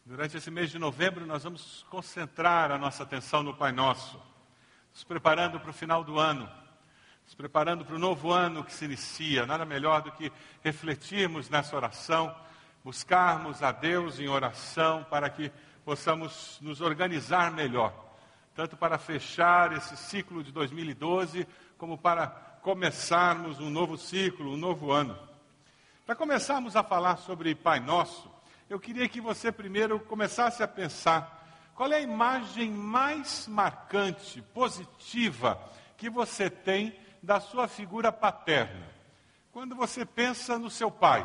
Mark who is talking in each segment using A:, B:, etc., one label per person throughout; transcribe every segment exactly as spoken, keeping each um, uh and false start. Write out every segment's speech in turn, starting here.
A: Durante esse mês de novembro, nós vamos concentrar a nossa atenção no Pai Nosso, nos preparando para o final do ano, nos preparando para o novo ano que se inicia. Nada melhor do que refletirmos nessa oração, buscarmos a Deus em oração para que possamos nos organizar melhor, tanto para fechar esse ciclo de dois mil e doze, como para começarmos um novo ciclo, um novo ano. Para começarmos a falar sobre Pai Nosso, eu queria que você primeiro começasse a pensar qual é a imagem mais marcante, positiva, que você tem da sua figura paterna. Quando você pensa no seu pai,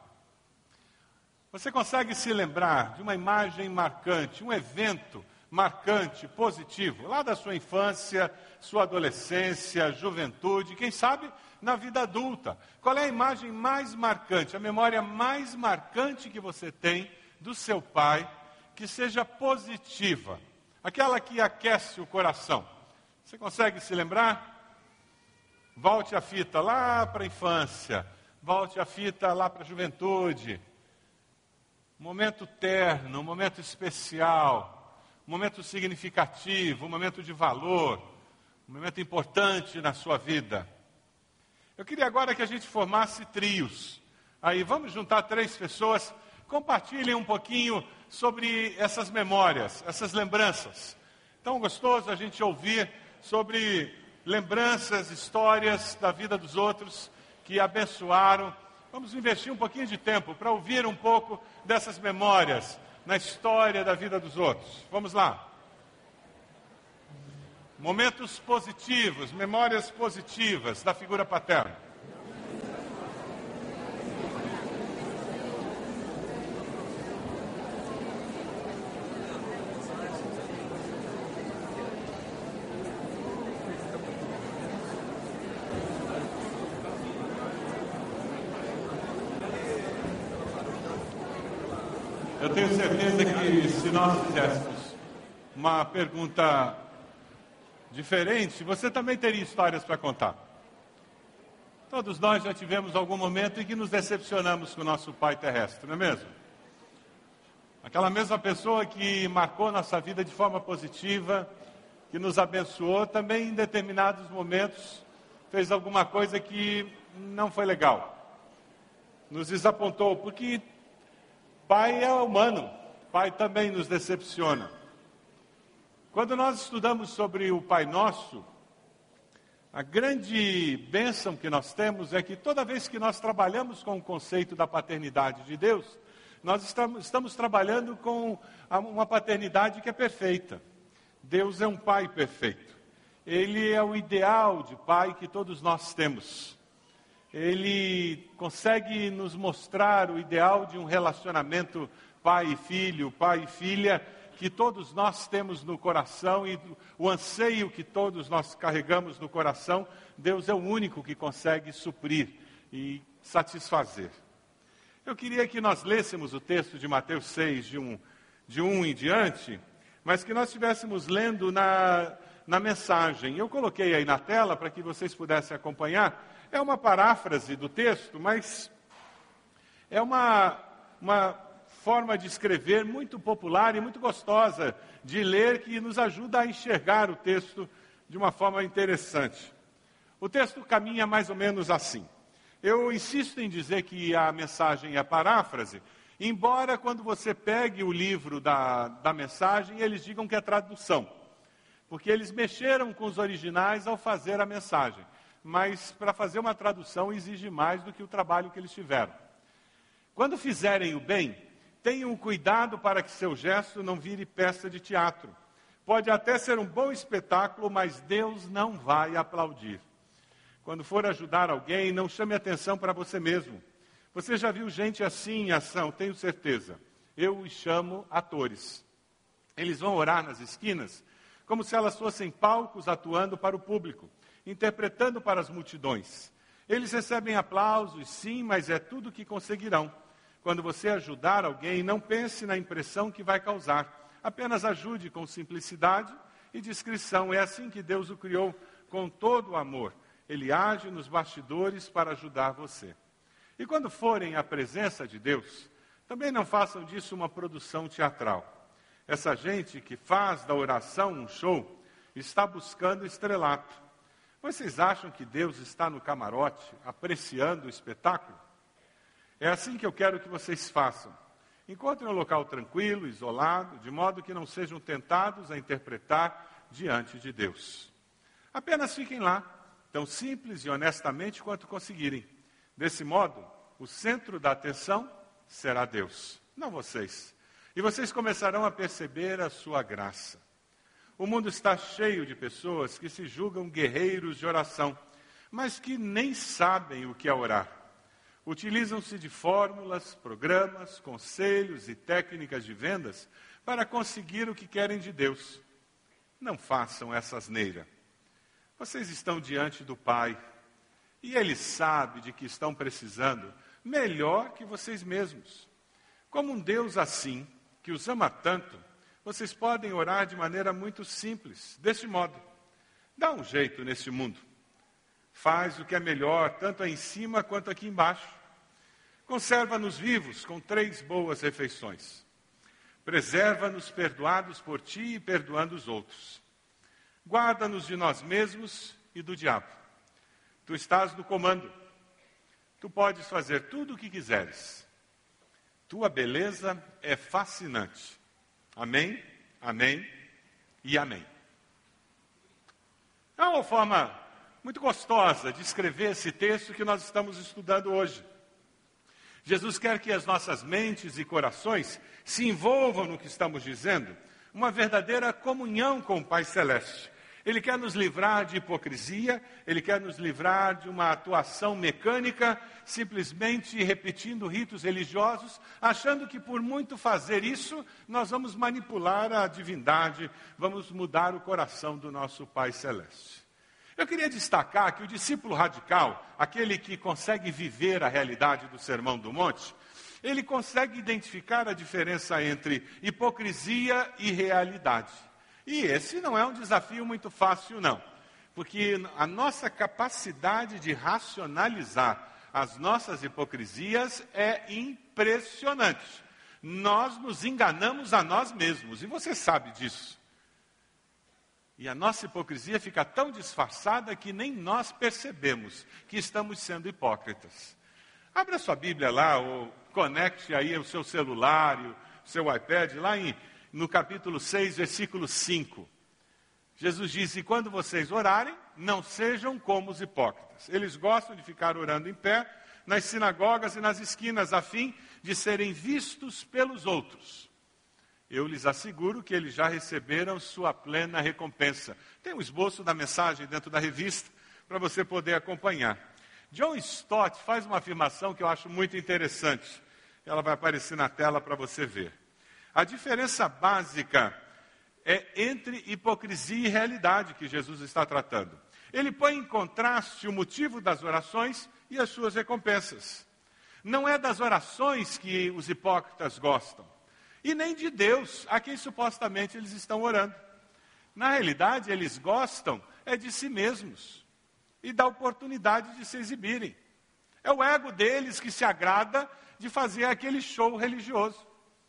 A: você consegue se lembrar de uma imagem marcante, um evento marcante, positivo, lá da sua infância, sua adolescência, juventude, quem sabe na vida adulta? Qual é a imagem mais marcante, a memória mais marcante que você tem do seu pai, que seja positiva, aquela que aquece o coração? Você consegue se lembrar? Volte a fita lá para a infância, volte a fita lá para a juventude. Um momento terno, um momento especial, um momento significativo, um momento de valor, um momento importante na sua vida. Eu queria agora que a gente formasse trios. Aí vamos juntar três pessoas, compartilhem um pouquinho sobre essas memórias, essas lembranças. Tão gostoso a gente ouvir sobre lembranças, histórias da vida dos outros que abençoaram. Vamos investir um pouquinho de tempo para ouvir um pouco dessas memórias na história da vida dos outros. Vamos lá. Momentos positivos, memórias positivas da figura paterna. Eu tenho certeza que se nós fizéssemos uma pergunta diferente, você também teria histórias para contar. Todos nós já tivemos algum momento em que nos decepcionamos com o nosso pai terrestre, não é mesmo? Aquela mesma pessoa que marcou nossa vida de forma positiva, que nos abençoou, também em determinados momentos fez alguma coisa que não foi legal. Nos desapontou, porque pai é humano, pai também nos decepciona. Quando nós estudamos sobre o Pai Nosso, a grande bênção que nós temos é que toda vez que nós trabalhamos com o conceito da paternidade de Deus, nós estamos, estamos trabalhando com uma paternidade que é perfeita. Deus é um pai perfeito. Ele é o ideal de pai que todos nós temos. Ele consegue nos mostrar o ideal de um relacionamento pai e filho, pai e filha, que todos nós temos no coração, e o anseio que todos nós carregamos no coração, Deus é o único que consegue suprir e satisfazer. Eu queria que nós lêssemos o texto de Mateus seis, de um, de um em diante, mas que nós estivéssemos lendo na, na mensagem. Eu coloquei aí na tela para que vocês pudessem acompanhar. É uma paráfrase do texto, mas é uma... uma forma de escrever muito popular e muito gostosa de ler, que nos ajuda a enxergar o texto de uma forma interessante. O texto caminha mais ou menos assim. Eu insisto em dizer que a mensagem é a paráfrase, embora quando você pegue o livro da, da mensagem, eles digam que é tradução, porque eles mexeram com os originais ao fazer a mensagem, mas para fazer uma tradução exige mais do que o trabalho que eles tiveram. Quando fizerem o bem, tenham cuidado para que seu gesto não vire peça de teatro. Pode até ser um bom espetáculo, mas Deus não vai aplaudir. Quando for ajudar alguém, não chame atenção para você mesmo. Você já viu gente assim em ação, tenho certeza. Eu os chamo atores. Eles vão orar nas esquinas, como se elas fossem palcos atuando para o público, interpretando para as multidões. Eles recebem aplausos, sim, mas é tudo que conseguirão. Quando você ajudar alguém, não pense na impressão que vai causar. Apenas ajude com simplicidade e discrição. É assim que Deus o criou, com todo o amor. Ele age nos bastidores para ajudar você. E quando forem à presença de Deus, Também não façam disso uma produção teatral. Essa gente que faz da oração um show está buscando estrelato. Vocês acham que Deus está no camarote apreciando o espetáculo? É assim que eu quero que vocês façam. Encontrem um local tranquilo, isolado, de modo que não sejam tentados a interpretar diante de Deus. Apenas fiquem lá, tão simples e honestamente quanto conseguirem. Desse modo, o centro da atenção será Deus, não vocês. E vocês começarão a perceber a sua graça. O mundo está cheio de pessoas que se julgam guerreiros de oração, mas que nem sabem o que é orar. Utilizam-se de fórmulas, programas, conselhos e técnicas de vendas para conseguir o que querem de Deus. Não façam essa asneira. Vocês estão diante do Pai e Ele sabe de que estão precisando melhor que vocês mesmos. Como um Deus assim, que os ama tanto, vocês podem orar de maneira muito simples, deste modo. Dá um jeito nesse mundo. Faz o que é melhor, tanto aí em cima quanto aqui embaixo. Conserva-nos vivos com três boas refeições. Preserva-nos perdoados por ti e perdoando os outros. Guarda-nos de nós mesmos e do diabo. Tu estás no comando. Tu podes fazer tudo o que quiseres. Tua beleza é fascinante. Amém, amém e amém. É uma forma muito gostosa de escrever esse texto que nós estamos estudando hoje. Jesus quer que as nossas mentes e corações se envolvam no que estamos dizendo, uma verdadeira comunhão com o Pai Celeste. Ele quer nos livrar de hipocrisia, Ele quer nos livrar de uma atuação mecânica, simplesmente repetindo ritos religiosos, achando que por muito fazer isso, nós vamos manipular a divindade, vamos mudar o coração do nosso Pai Celeste. Eu queria destacar que o discípulo radical, aquele que consegue viver a realidade do Sermão do Monte, ele consegue identificar a diferença entre hipocrisia e realidade. E esse não é um desafio muito fácil, não. Porque a nossa capacidade de racionalizar as nossas hipocrisias é impressionante. Nós nos enganamos a nós mesmos, e você sabe disso. E a nossa hipocrisia fica tão disfarçada que nem nós percebemos que estamos sendo hipócritas. Abra sua Bíblia lá, ou conecte aí o seu celular, o seu iPad, lá em, no capítulo seis, versículo cinco. Jesus diz, e quando vocês orarem, não sejam como os hipócritas. Eles gostam de ficar orando em pé, nas sinagogas e nas esquinas, a fim de serem vistos pelos outros. Eu lhes asseguro que eles já receberam sua plena recompensa. Tem um esboço da mensagem dentro da revista, para você poder acompanhar. John Stott faz uma afirmação que eu acho muito interessante. Ela vai aparecer na tela para você ver. A diferença básica é entre hipocrisia e realidade que Jesus está tratando. Ele põe em contraste o motivo das orações e as suas recompensas. Não é das orações que os hipócritas gostam, e nem de Deus, a quem supostamente eles estão orando. Na realidade, eles gostam é de si mesmos e da oportunidade de se exibirem. É o ego deles que se agrada de fazer aquele show religioso.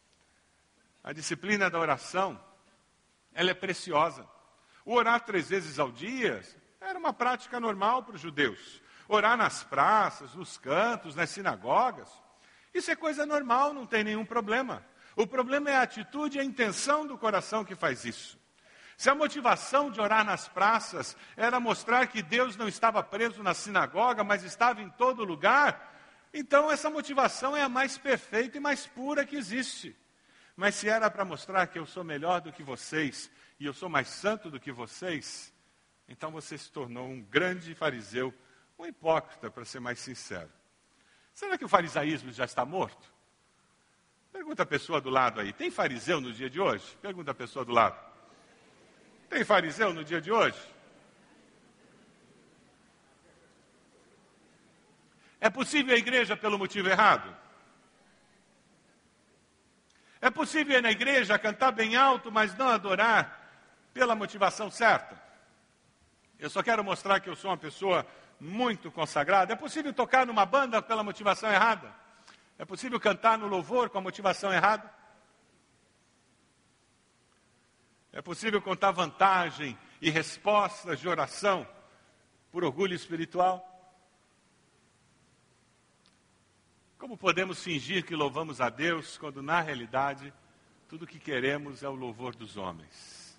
A: A disciplina da oração, ela é preciosa. O orar três vezes ao dia era uma prática normal para os judeus. Orar nas praças, nos cantos, nas sinagogas, isso é coisa normal, não tem nenhum problema. O problema é a atitude e a intenção do coração que faz isso. Se a motivação de orar nas praças era mostrar que Deus não estava preso na sinagoga, mas estava em todo lugar, então essa motivação é a mais perfeita e mais pura que existe. Mas se era para mostrar que eu sou melhor do que vocês, e eu sou mais santo do que vocês, então você se tornou um grande fariseu, um hipócrita, para ser mais sincero. Será que o farisaísmo já está morto? Pergunta a pessoa do lado aí, tem fariseu no dia de hoje? Pergunta a pessoa do lado. Tem fariseu no dia de hoje? É possível a igreja pelo motivo errado? É possível ir na igreja cantar bem alto, mas não adorar pela motivação certa? Eu só quero mostrar que eu sou uma pessoa muito consagrada. É possível tocar numa banda pela motivação errada? É possível cantar no louvor com a motivação errada? É possível contar vantagem e respostas de oração por orgulho espiritual? Como podemos fingir que louvamos a Deus quando, na realidade, tudo o que queremos é o louvor dos homens?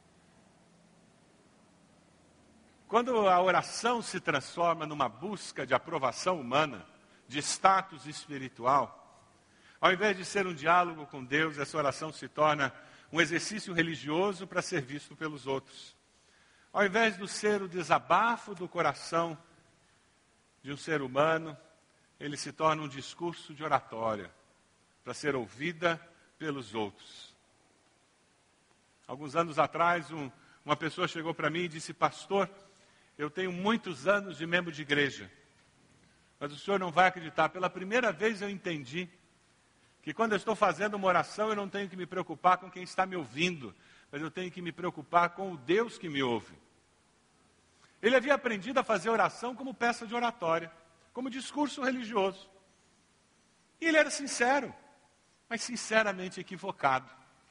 A: Quando a oração se transforma numa busca de aprovação humana, de status espiritual, ao invés de ser um diálogo com Deus, essa oração se torna um exercício religioso para ser visto pelos outros. Ao invés de ser o desabafo do coração de um ser humano, ele se torna um discurso de oratória, para ser ouvida pelos outros. Alguns anos atrás, um, uma pessoa chegou para mim e disse: pastor, eu tenho muitos anos de membro de igreja, mas o senhor não vai acreditar, pela primeira vez eu entendi que quando eu estou fazendo uma oração, eu não tenho que me preocupar com quem está me ouvindo, mas eu tenho que me preocupar com o Deus que me ouve. Ele havia aprendido a fazer oração como peça de oratória, como discurso religioso. E ele era sincero, mas sinceramente equivocado.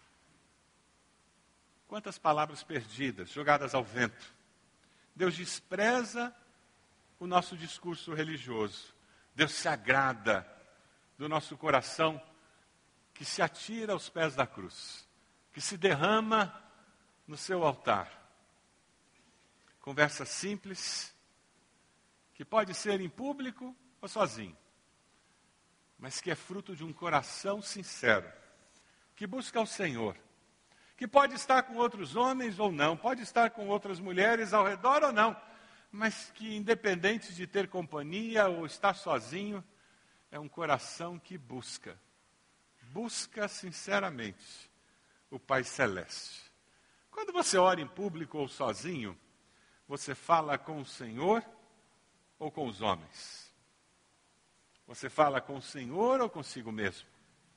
A: Quantas palavras perdidas, jogadas ao vento. Deus despreza o nosso discurso religioso. Deus se agrada do nosso coração que se atira aos pés da cruz, que se derrama no seu altar. Conversa simples, que pode ser em público ou sozinho, mas que é fruto de um coração sincero, que busca o Senhor, que pode estar com outros homens ou não, pode estar com outras mulheres ao redor ou não, mas que, independente de ter companhia ou estar sozinho, é um coração que busca, busca sinceramente o Pai Celeste. Quando você ora em público ou sozinho, você fala com o Senhor ou com os homens? Você fala com o Senhor ou consigo mesmo?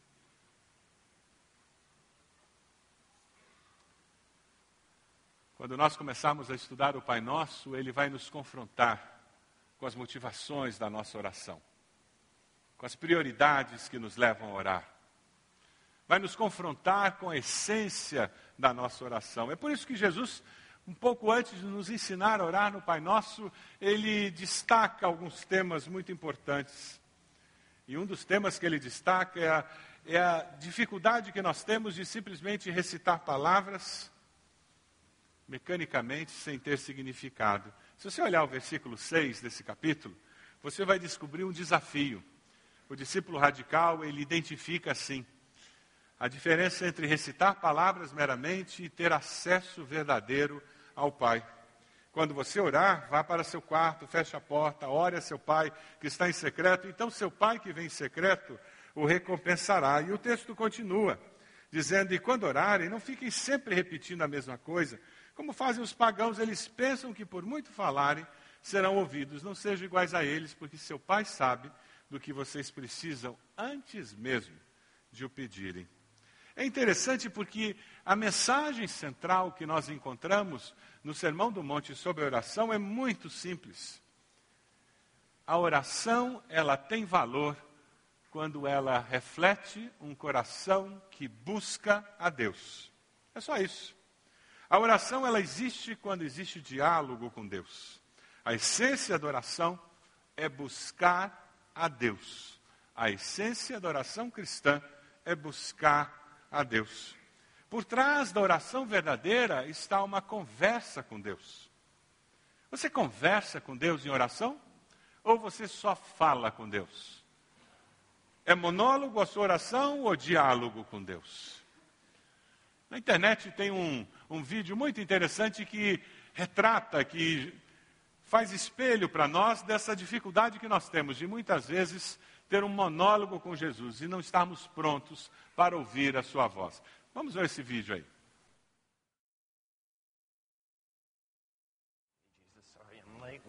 A: Quando nós começarmos a estudar o Pai Nosso, ele vai nos confrontar com as motivações da nossa oração, com as prioridades que nos levam a orar. Vai nos confrontar com a essência da nossa oração. É por isso que Jesus, um pouco antes de nos ensinar a orar no Pai Nosso, ele destaca alguns temas muito importantes. E um dos temas que ele destaca é a, é a dificuldade que nós temos de simplesmente recitar palavras mecanicamente, sem ter significado. Se você olhar o versículo seis desse capítulo, você vai descobrir um desafio. O discípulo radical, ele identifica assim a diferença entre recitar palavras meramente e ter acesso verdadeiro ao Pai. Quando você orar, vá para seu quarto, feche a porta, ore a seu Pai que está em secreto, então seu Pai que vem em secreto o recompensará. E o texto continua, dizendo: e quando orarem, não fiquem sempre repetindo a mesma coisa, como fazem os pagãos. Eles pensam que por muito falarem, serão ouvidos. Não sejam iguais a eles, porque seu Pai sabe do que vocês precisam antes mesmo de o pedirem. É interessante porque a mensagem central que nós encontramos no Sermão do Monte sobre a oração é muito simples. A oração, ela tem valor quando ela reflete um coração que busca a Deus. É só isso. A oração, ela existe quando existe diálogo com Deus. A essência da oração é buscar a Deus. A essência da oração cristã é buscar a Deus. Por trás da oração verdadeira está uma conversa com Deus. Você conversa com Deus em oração? Ou você só fala com Deus? É monólogo a sua oração ou diálogo com Deus? Na internet tem um, um vídeo muito interessante que retrata, que faz espelho para nós dessa dificuldade que nós temos de muitas vezes ter um monólogo com Jesus e não estarmos prontos para ouvir a sua voz. Vamos ver esse vídeo aí.
B: Jesus, sorry I'm late.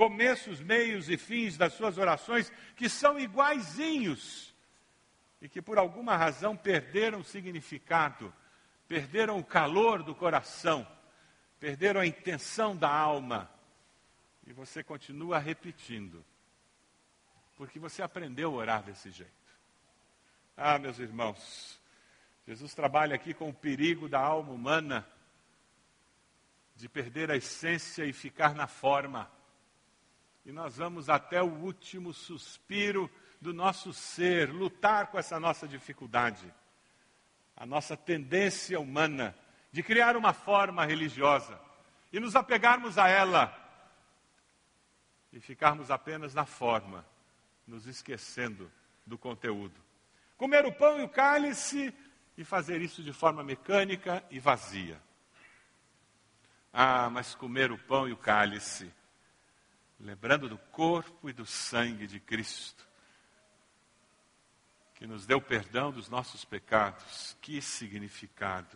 A: começos, meios e fins das suas orações que são iguaizinhos e que por alguma razão perderam o significado, perderam o calor do coração, perderam a intenção da alma. E você continua repetindo, porque você aprendeu a orar desse jeito. Ah, meus irmãos, Jesus trabalha aqui com o perigo da alma humana de perder a essência e ficar na forma. E nós vamos até o último suspiro do nosso ser, lutar com essa nossa dificuldade. A nossa tendência humana de criar uma forma religiosa e nos apegarmos a ela e ficarmos apenas na forma, nos esquecendo do conteúdo. Comer o pão e o cálice e fazer isso de forma mecânica e vazia. Ah, mas comer o pão e o cálice, lembrando do corpo e do sangue de Cristo, que nos deu perdão dos nossos pecados, que significado!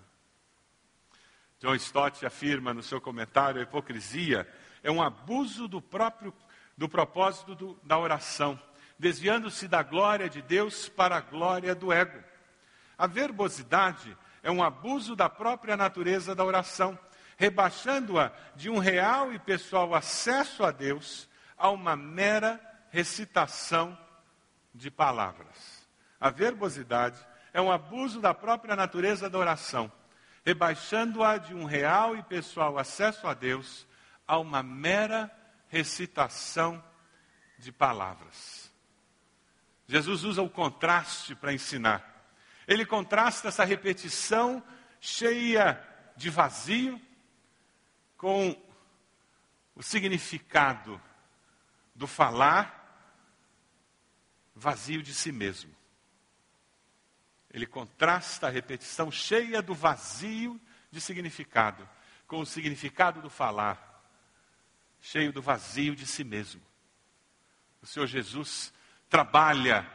A: John Stott afirma no seu comentário: a hipocrisia é um abuso do próprio do propósito do, da oração, desviando-se da glória de Deus para a glória do ego. A verbosidade é um abuso da própria natureza da oração, rebaixando-a de um real e pessoal acesso a Deus a uma mera recitação de palavras. A verbosidade é um abuso da própria natureza da oração, rebaixando-a de um real e pessoal acesso a Deus a uma mera recitação de palavras. Jesus usa o contraste para ensinar. Ele contrasta essa repetição cheia de vazio com o significado do falar vazio de si mesmo. Ele contrasta a repetição cheia do vazio de significado com o significado do falar cheio do vazio de si mesmo. O Senhor Jesus trabalha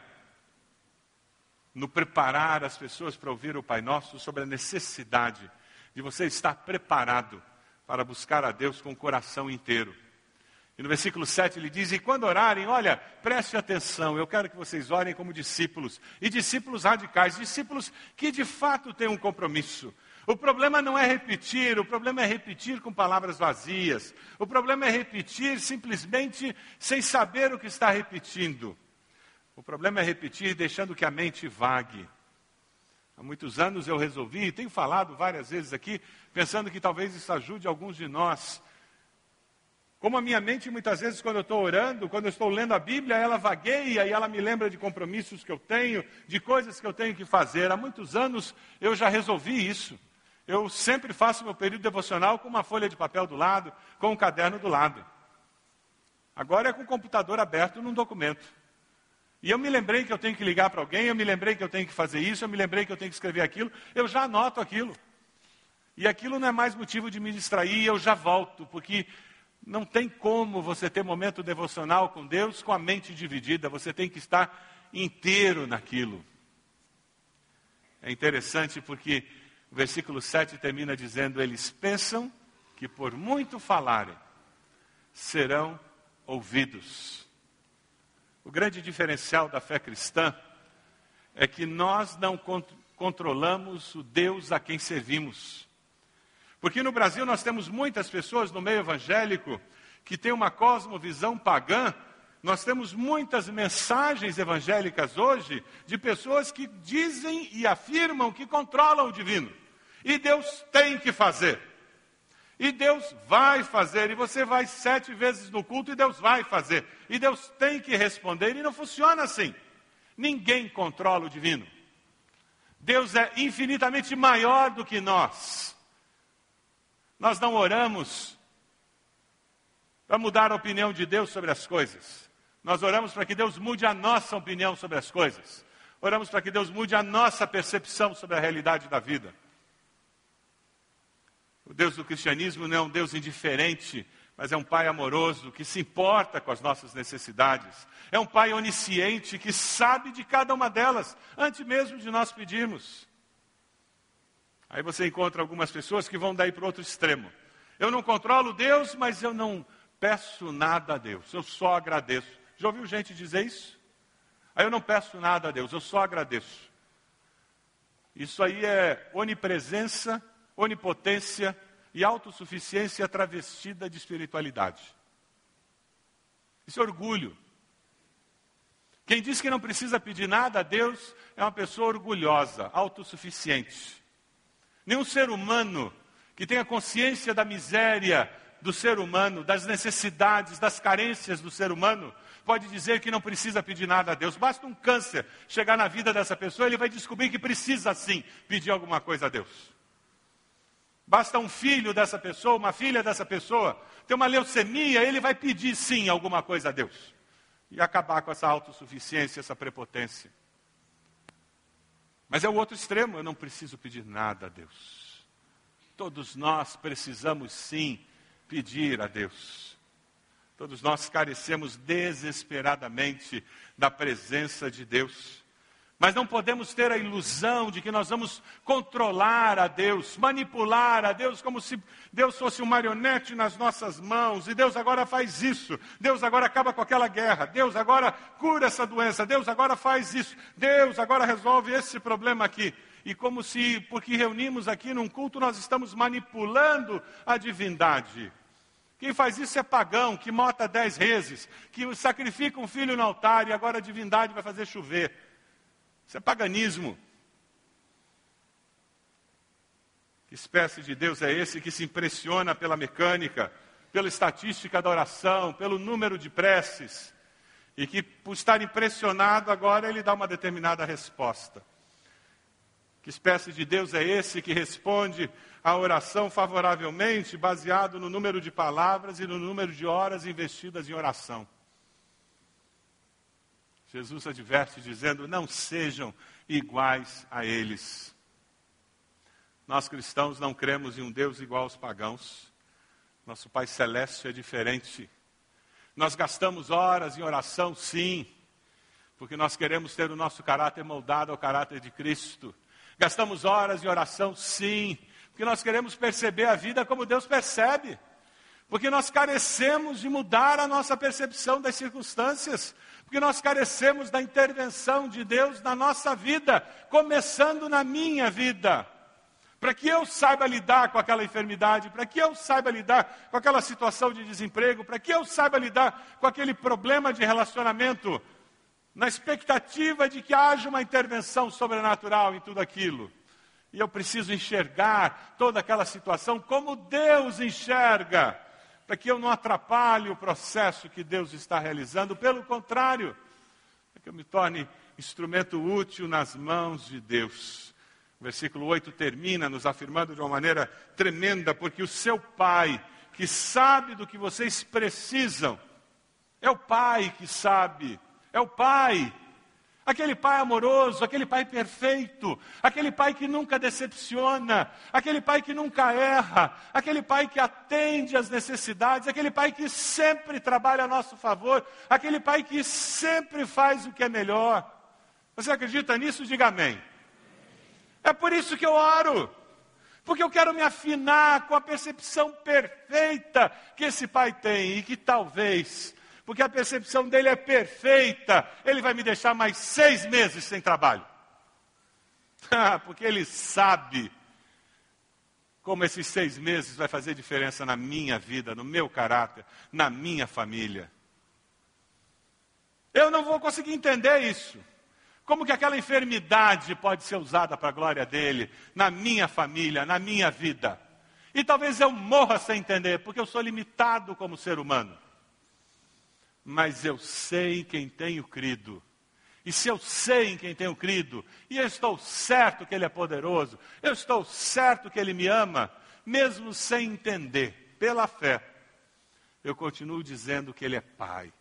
A: no preparar as pessoas para ouvir o Pai Nosso sobre a necessidade de você estar preparado para buscar a Deus com o coração inteiro. E no versículo sete ele diz: e quando orarem, olha, preste atenção, eu quero que vocês orem como discípulos, e discípulos radicais, discípulos que de fato têm um compromisso. O problema não é repetir, o problema é repetir com palavras vazias. O problema é repetir simplesmente sem saber o que está repetindo. O problema é repetir deixando que a mente vague. Há muitos anos eu resolvi, e tenho falado várias vezes aqui, pensando que talvez isso ajude alguns de nós. Como a minha mente, muitas vezes, quando eu estou orando, quando eu estou lendo a Bíblia, ela vagueia e ela me lembra de compromissos que eu tenho, de coisas que eu tenho que fazer. Há muitos anos eu já resolvi isso. Eu sempre faço meu período devocional com uma folha de papel do lado, com um caderno do lado. Agora é com o computador aberto num documento. E eu me lembrei que eu tenho que ligar para alguém, eu me lembrei que eu tenho que fazer isso, eu me lembrei que eu tenho que escrever aquilo, eu já anoto aquilo. E aquilo não é mais motivo de me distrair, eu já volto, porque não tem como você ter momento devocional com Deus com a mente dividida, você tem que estar inteiro naquilo. É interessante porque o versículo sete termina dizendo: eles pensam que por muito falarem, serão ouvidos. O grande diferencial da fé cristã é que nós não cont- controlamos o Deus a quem servimos. Porque no Brasil nós temos muitas pessoas no meio evangélico que têm uma cosmovisão pagã. Nós temos muitas mensagens evangélicas hoje de pessoas que dizem e afirmam que controlam o divino. E Deus tem que fazer. E Deus vai fazer. E você vai sete vezes no culto e Deus vai fazer. E Deus tem que responder. E não funciona assim. Ninguém controla o divino. Deus é infinitamente maior do que nós. Nós não oramos para mudar a opinião de Deus sobre as coisas. Nós oramos para que Deus mude a nossa opinião sobre as coisas. Oramos para que Deus mude a nossa percepção sobre a realidade da vida. O Deus do cristianismo não é um Deus indiferente, mas é um Pai amoroso que se importa com as nossas necessidades. É um Pai onisciente que sabe de cada uma delas, antes mesmo de nós pedirmos. Aí você encontra algumas pessoas que vão daí para o outro extremo. Eu não controlo Deus, mas eu não peço nada a Deus, eu só agradeço. Já ouviu gente dizer isso? Aí eu não peço nada a Deus, eu só agradeço. Isso aí é onipresença, onipotência e autossuficiência travestida de espiritualidade. Isso é orgulho. Quem diz que não precisa pedir nada a Deus é uma pessoa orgulhosa, autossuficiente. Nenhum ser humano que tenha consciência da miséria do ser humano, das necessidades, das carências do ser humano, pode dizer que não precisa pedir nada a Deus. Basta um câncer chegar na vida dessa pessoa, ele vai descobrir que precisa sim pedir alguma coisa a Deus. Basta um filho dessa pessoa, uma filha dessa pessoa, ter uma leucemia, ele vai pedir sim alguma coisa a Deus. E acabar com essa autossuficiência, essa prepotência. Mas é o outro extremo, eu não preciso pedir nada a Deus. Todos nós precisamos sim pedir a Deus. Todos nós carecemos desesperadamente da presença de Deus. Mas não podemos ter a ilusão de que nós vamos controlar a Deus, manipular a Deus, como se Deus fosse um marionete nas nossas mãos. E Deus agora faz isso, Deus agora acaba com aquela guerra, Deus agora cura essa doença, Deus agora faz isso, Deus agora resolve esse problema aqui. E como se, porque reunimos aqui num culto, nós estamos manipulando a divindade. Quem faz isso é pagão, que mata dez vezes, que sacrifica um filho no altar e agora a divindade vai fazer chover. Isso é paganismo. Que espécie de Deus é esse que se impressiona pela mecânica, pela estatística da oração, pelo número de preces, e que, por estar impressionado, agora ele dá uma determinada resposta? Que espécie de Deus é esse que responde à oração favoravelmente, baseado no número de palavras e no número de horas investidas em oração? Jesus adverte dizendo, não sejam iguais a eles. Nós cristãos não cremos em um Deus igual aos pagãos. Nosso Pai Celeste é diferente. Nós gastamos horas em oração, sim, porque nós queremos ter o nosso caráter moldado ao caráter de Cristo. Gastamos horas em oração, sim, porque nós queremos perceber a vida como Deus percebe. Porque nós carecemos de mudar a nossa percepção das circunstâncias. Porque nós carecemos da intervenção de Deus na nossa vida, começando na minha vida. Para que eu saiba lidar com aquela enfermidade, para que eu saiba lidar com aquela situação de desemprego, para que eu saiba lidar com aquele problema de relacionamento, na expectativa de que haja uma intervenção sobrenatural em tudo aquilo. E eu preciso enxergar toda aquela situação como Deus enxerga, para que eu não atrapalhe o processo que Deus está realizando. Pelo contrário, para que eu me torne instrumento útil nas mãos de Deus. O versículo oito termina nos afirmando de uma maneira tremenda, porque o seu Pai, que sabe do que vocês precisam, é o Pai que sabe, é o Pai. Aquele Pai amoroso, aquele Pai perfeito, aquele Pai que nunca decepciona, aquele Pai que nunca erra, aquele Pai que atende às necessidades, aquele Pai que sempre trabalha a nosso favor, aquele Pai que sempre faz o que é melhor. Você acredita nisso? Diga amém. É por isso que eu oro, porque eu quero me afinar com a percepção perfeita que esse Pai tem e que talvez... porque a percepção dele é perfeita, ele vai me deixar mais seis meses sem trabalho. Porque ele sabe como esses seis meses vai fazer diferença na minha vida, no meu caráter, na minha família. Eu não vou conseguir entender isso. Como que aquela enfermidade pode ser usada para a glória dele, na minha família, na minha vida. E talvez eu morra sem entender, porque eu sou limitado como ser humano. Mas eu sei em quem tenho crido. E se eu sei em quem tenho crido, e eu estou certo que Ele é poderoso, eu estou certo que Ele me ama, mesmo sem entender, pela fé, eu continuo dizendo que Ele é Pai.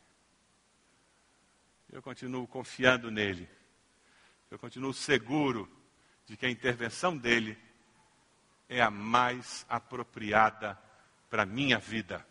A: Eu continuo confiando nele. Eu continuo seguro de que a intervenção dele é a mais apropriada para a minha vida.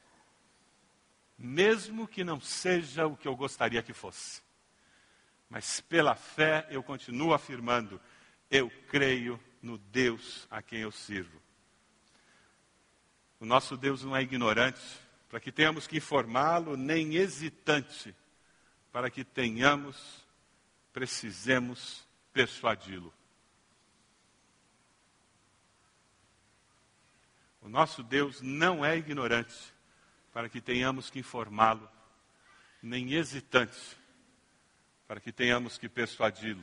A: Mesmo que não seja o que eu gostaria que fosse. Mas pela fé eu continuo afirmando, eu creio no Deus a quem eu sirvo. O nosso Deus não é ignorante, para que tenhamos que informá-lo, nem hesitante, para que tenhamos, precisemos persuadi-lo. O nosso Deus não é ignorante, para que tenhamos que informá-lo, nem hesitante, para que tenhamos que persuadi-lo.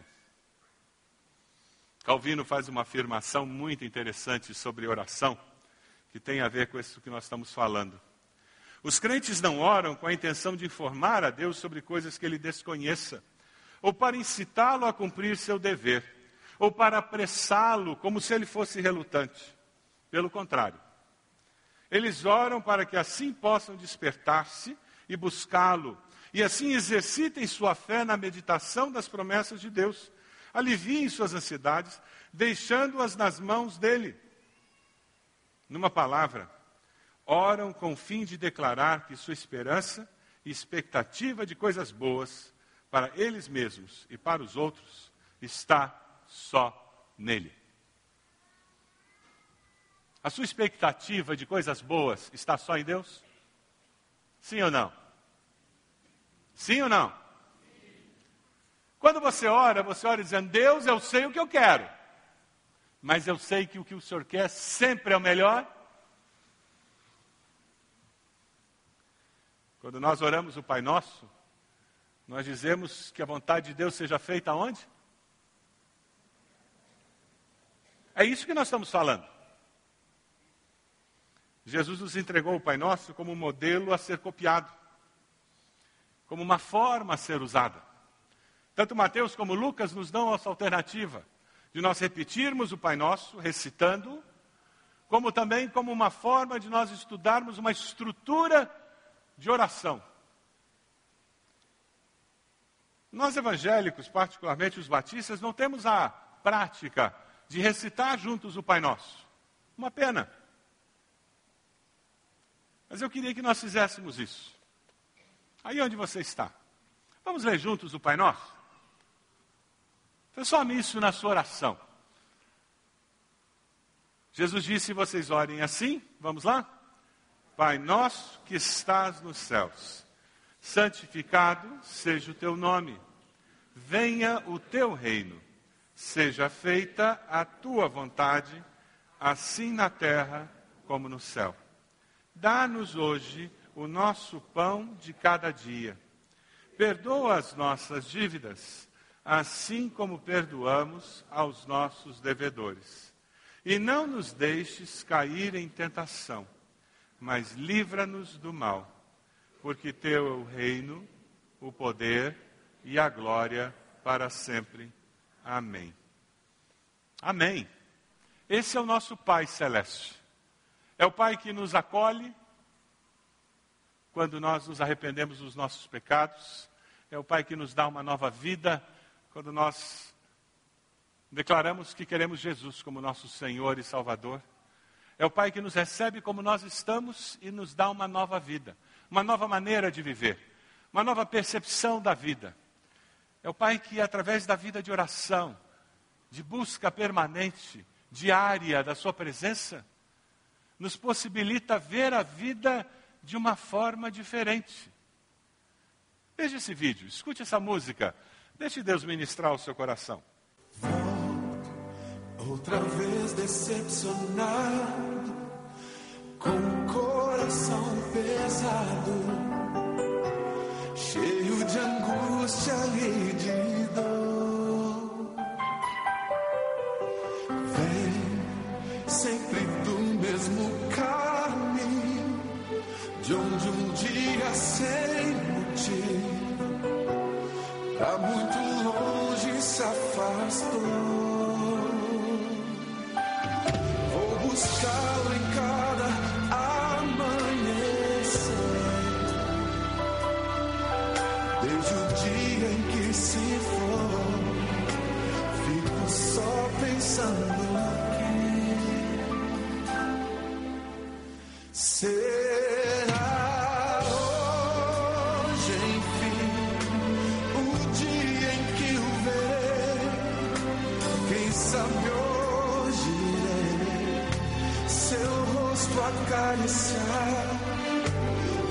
A: Calvino faz uma afirmação muito interessante sobre oração, que tem a ver com isso que nós estamos falando. Os crentes não oram com a intenção de informar a Deus sobre coisas que ele desconheça, ou para incitá-lo a cumprir seu dever, ou para apressá-lo como se ele fosse relutante. Pelo contrário, eles oram para que assim possam despertar-se e buscá-lo, e assim exercitem sua fé na meditação das promessas de Deus, aliviem suas ansiedades, deixando-as nas mãos dele. Numa palavra, oram com o fim de declarar que sua esperança e expectativa de coisas boas para eles mesmos e para os outros está só nele. A sua expectativa de coisas boas está só em Deus? Sim ou não? Sim ou não? Quando você ora, você ora dizendo, Deus, eu sei o que eu quero, mas eu sei que o que o Senhor quer sempre é o melhor. Quando nós oramos o Pai Nosso, nós dizemos que a vontade de Deus seja feita onde? É isso que nós estamos falando. Jesus nos entregou o Pai Nosso como um modelo a ser copiado, como uma forma a ser usada. Tanto Mateus como Lucas nos dão essa alternativa de nós repetirmos o Pai Nosso, recitando, como também como uma forma de nós estudarmos uma estrutura de oração. Nós evangélicos, particularmente os batistas, não temos a prática de recitar juntos o Pai Nosso. Uma pena. Mas eu queria que nós fizéssemos isso. Aí onde você está? Vamos ler juntos o Pai Nosso? Transforme isso na sua oração. Jesus disse, vocês orem assim, vamos lá? Pai nosso que estás nos céus, santificado seja o teu nome. Venha o teu reino. Seja feita a tua vontade, assim na terra como no céu. Dá-nos hoje o nosso pão de cada dia. Perdoa as nossas dívidas, assim como perdoamos aos nossos devedores. E não nos deixes cair em tentação, mas livra-nos do mal, porque teu é o reino, o poder e a glória para sempre. Amém. Amém. Esse é o nosso Pai Celeste. É o Pai que nos acolhe quando nós nos arrependemos dos nossos pecados. É o Pai que nos dá uma nova vida quando nós declaramos que queremos Jesus como nosso Senhor e Salvador. É o Pai que nos recebe como nós estamos e nos dá uma nova vida, uma nova maneira de viver, uma nova percepção da vida. É o Pai que, através da vida de oração, de busca permanente, diária da sua presença, nos possibilita ver a vida de uma forma diferente. Veja esse vídeo, escute essa música, deixe Deus ministrar o seu coração.
C: Outra vez decepcionado, com o coração pesado, cheio de angústia e de dor. Vem sempre do mesmo caminho, de onde um dia sem motivo, pra muito longe se afastou. Buscá-lo em cada amanhecer, desde o dia em que se for, fico só pensando que será hoje, enfim, o dia em que o verei. Quem sabe hoje seu rosto acariciar,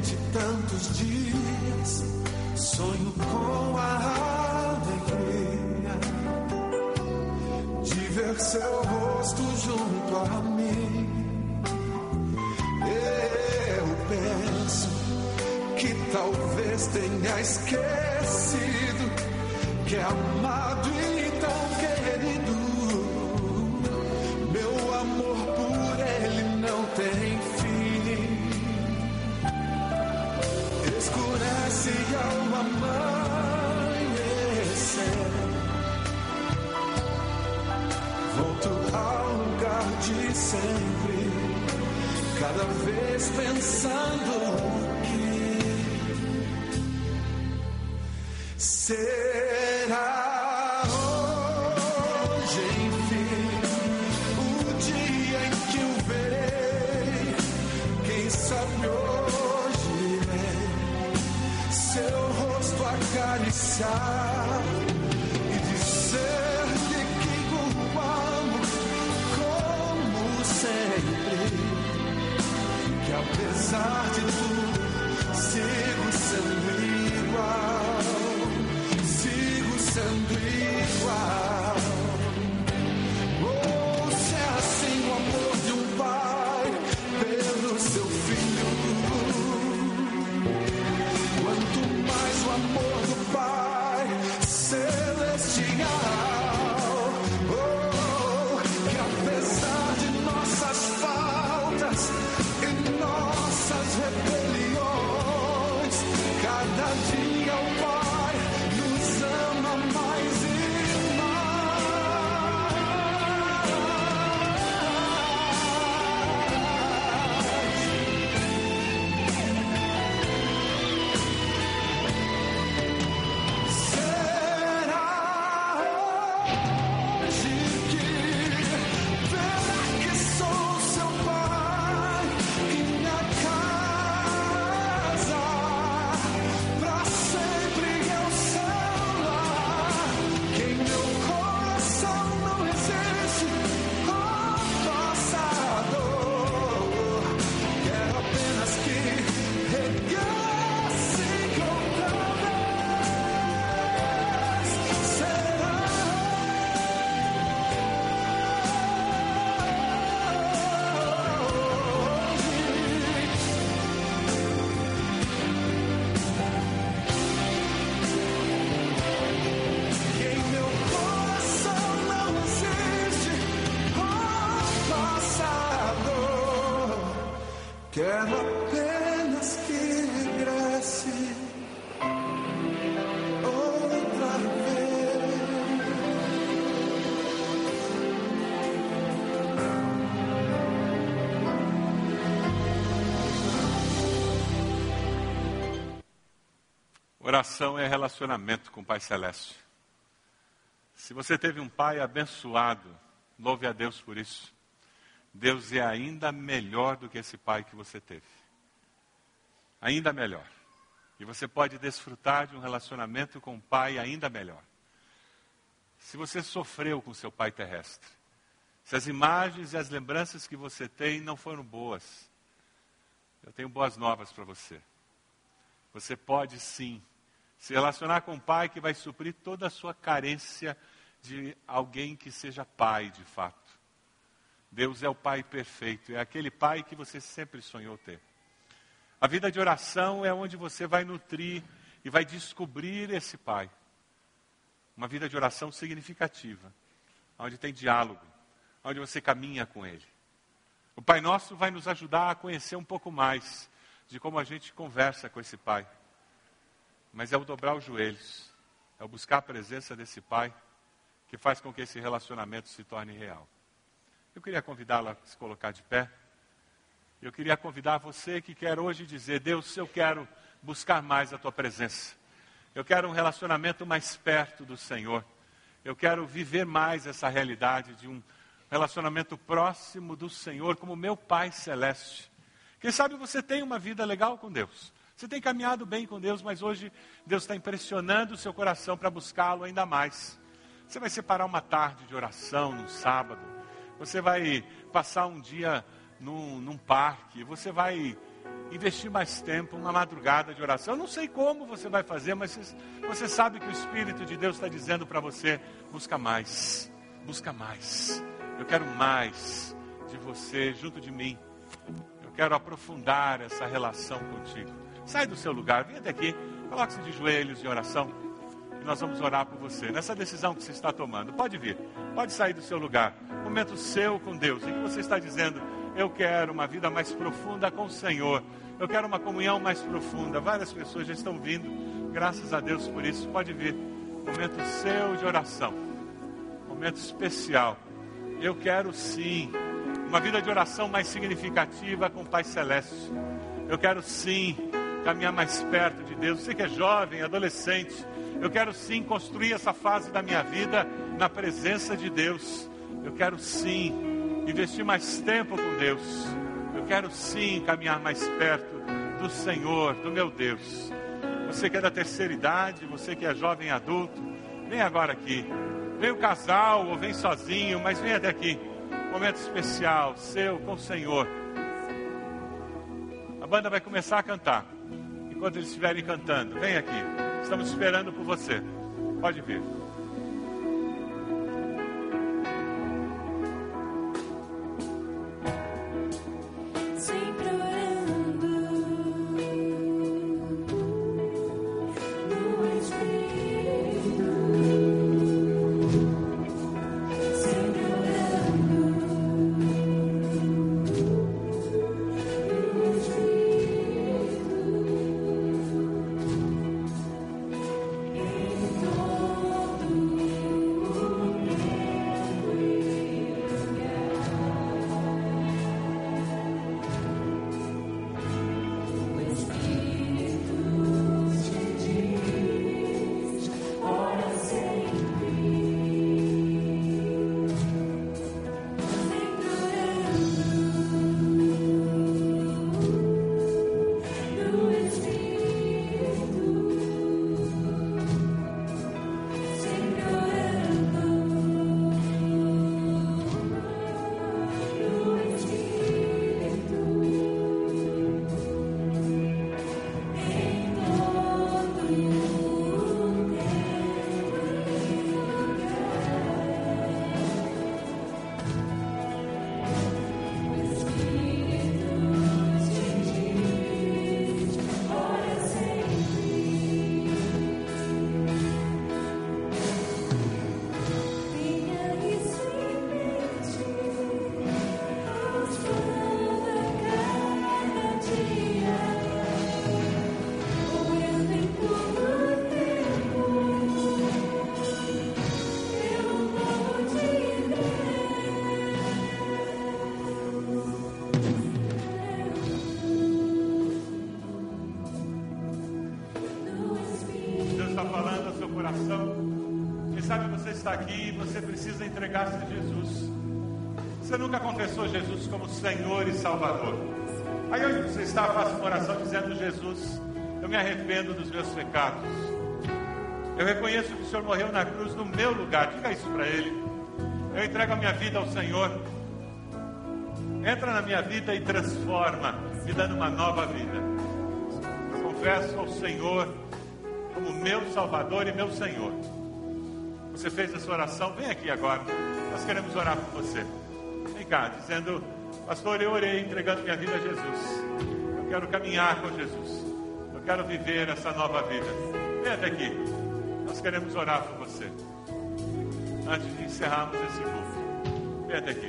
C: de tantos dias, sonho com a alegria de ver seu rosto junto a mim. Eu penso que talvez tenha esquecido que é amado e tão querido. Meu amor por ele não tem fim. Escurece ao amanhecer, volto ao lugar de sempre, cada vez pensando que será hoje, enfim, o dia em que o verei. Quem sabe hoje irei seu rosto acariciar e dizer-lhe que o amo como sempre, que apesar de tudo sigo sendo igual, sigo sendo igual. Oh, se é assim o amor de um pai pelo seu filho, quanto mais o amor do Pai celestial. Oh, que apesar de nossas faltas e nossas rebeliões, cada dia o Pai nos ama mais e será hoje que verá que sou seu pai, que minha casa pra sempre é o seu lar, que em meu coração não existe oh, passado. Quero apenas que regresse outra vez. Será que em meu coração não existe oh, passado. Quero apenas que regresse outra vez.
A: Oração é relacionamento com o Pai Celeste. Se você teve um pai abençoado, louve a Deus por isso. Deus é ainda melhor do que esse pai que você teve. Ainda melhor. E você pode desfrutar de um relacionamento com o pai ainda melhor. Se você sofreu com seu pai terrestre, se as imagens e as lembranças que você tem não foram boas, eu tenho boas novas para você. Você pode sim se relacionar com um pai que vai suprir toda a sua carência de alguém que seja pai de fato. Deus é o pai perfeito, é aquele pai que você sempre sonhou ter. A vida de oração é onde você vai nutrir e vai descobrir esse pai. Uma vida de oração significativa, onde tem diálogo, onde você caminha com ele. O Pai Nosso vai nos ajudar a conhecer um pouco mais de como a gente conversa com esse pai. Mas é o dobrar os joelhos, é o buscar a presença desse pai que faz com que esse relacionamento se torne real. Eu queria convidá-lo a se colocar de pé. Eu queria convidar você que quer hoje dizer: Deus, eu quero buscar mais a tua presença. Eu quero um relacionamento mais perto do Senhor. Eu quero viver mais essa realidade de um relacionamento próximo do Senhor como meu Pai Celeste. Quem sabe você tem uma vida legal com Deus. Você tem caminhado bem com Deus, mas hoje Deus está impressionando o seu coração para buscá-lo ainda mais. Você vai separar uma tarde de oração num sábado. Você vai passar um dia num, num parque. Você vai investir mais tempo, uma madrugada de oração. Eu não sei como você vai fazer, mas você, você sabe que o Espírito de Deus está dizendo para você: busca mais, busca mais. Eu quero mais de você junto de mim. Eu quero aprofundar essa relação contigo. Sai do seu lugar, vem até aqui, coloque-se de joelhos em oração e nós vamos orar por você. Nessa decisão que você está tomando, pode vir, pode sair do seu lugar. Momento seu com Deus, em que você está dizendo: eu quero uma vida mais profunda com o Senhor. Eu quero uma comunhão mais profunda. Várias pessoas já estão vindo, graças a Deus por isso. Pode vir, momento seu de oração, momento especial. Eu quero sim uma vida de oração mais significativa com o Pai Celeste. Eu quero sim caminhar mais perto de Deus. Você que é jovem, adolescente, eu quero sim construir essa fase da minha vida na presença de Deus. Eu quero sim investir mais tempo com Deus. Eu quero sim caminhar mais perto do Senhor, do meu Deus. Você que é da terceira idade, você que é jovem adulto, vem agora aqui. Vem o casal ou vem sozinho, mas vem até aqui. Momento especial, seu com o Senhor. A banda vai começar a cantar. Enquanto eles estiverem cantando, vem aqui. Estamos esperando por você. Pode vir. Está aqui, você precisa entregar-se a Jesus. Você nunca confessou Jesus como Senhor e Salvador. Aí hoje você está, faça uma oração dizendo: Jesus, eu me arrependo dos meus pecados. Eu reconheço que o Senhor morreu na cruz no meu lugar. Diga isso para Ele. Eu entrego a minha vida ao Senhor. Entra na minha vida e transforma, me dando uma nova vida. Eu confesso ao Senhor como meu Salvador e meu Senhor. Você fez essa oração, vem aqui agora. Nós queremos orar por você. Vem cá, dizendo: pastor, eu orei entregando minha vida a Jesus. Eu quero caminhar com Jesus. Eu quero viver essa nova vida. Vem até aqui. Nós queremos orar por você. Antes de encerrarmos esse culto, vem até aqui.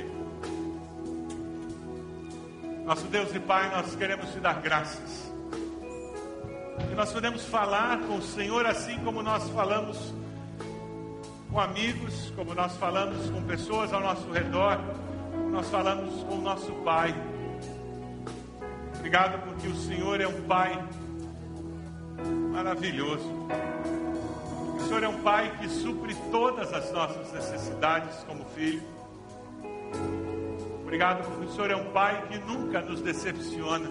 A: Nosso Deus e Pai, nós queremos te dar graças. Que nós podemos falar com o Senhor assim como nós falamos com amigos, como nós falamos com pessoas ao nosso redor, como nós falamos com o nosso Pai. Obrigado porque o Senhor é um Pai maravilhoso. O Senhor é um Pai que supre todas as nossas necessidades como filho. Obrigado porque o Senhor é um Pai que nunca nos decepciona.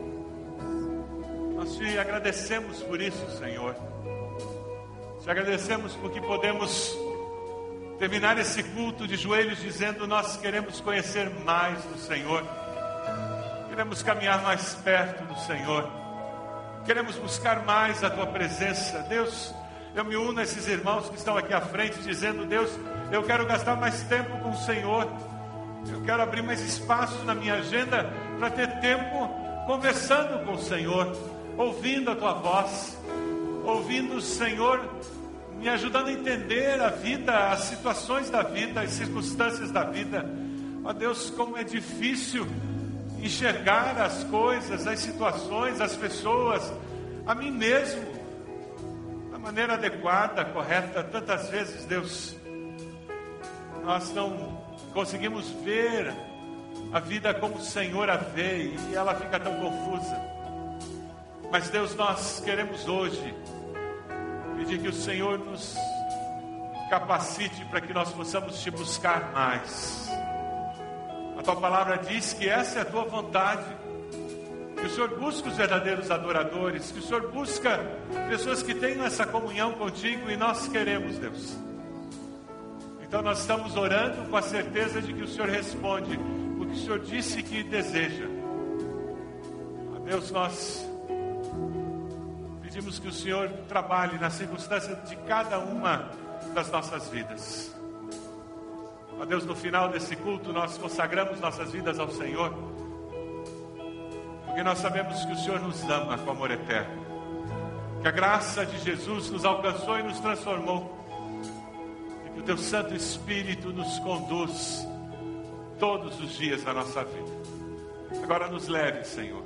A: Nós te agradecemos por isso, Senhor. Te agradecemos porque podemos terminar esse culto de joelhos dizendo: nós queremos conhecer mais do Senhor. Queremos caminhar mais perto do Senhor. Queremos buscar mais a Tua presença. Deus, eu me uno a esses irmãos que estão aqui à frente, dizendo: Deus, eu quero gastar mais tempo com o Senhor. Eu quero abrir mais espaço na minha agenda para ter tempo conversando com o Senhor, ouvindo a Tua voz, ouvindo o Senhor, me ajudando a entender a vida, as situações da vida, as circunstâncias da vida. Ó Deus, como é difícil enxergar as coisas, as situações, as pessoas, a mim mesmo, da maneira adequada, correta. Tantas vezes, Deus, nós não conseguimos ver a vida como o Senhor a vê, e ela fica tão confusa. Mas Deus, nós queremos hoje pedir que o Senhor nos capacite para que nós possamos Te buscar mais. A Tua palavra diz que essa é a Tua vontade, que o Senhor busca os verdadeiros adoradores, que o Senhor busca pessoas que tenham essa comunhão contigo, e nós queremos, Deus. Então nós estamos orando com a certeza de que o Senhor responde o que o Senhor disse que deseja. A Deus, nós pedimos que o Senhor trabalhe na circunstância de cada uma das nossas vidas. Ó Deus, no final desse culto nós consagramos nossas vidas ao Senhor, porque nós sabemos que o Senhor nos ama com amor eterno, que a graça de Jesus nos alcançou e nos transformou, e que o Teu Santo Espírito nos conduz todos os dias da nossa vida. Agora nos leve, Senhor,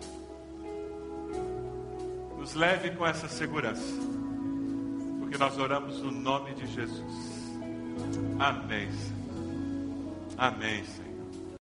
A: nos leve com essa segurança, porque nós oramos no nome de Jesus. Amém, Senhor. Amém, Senhor.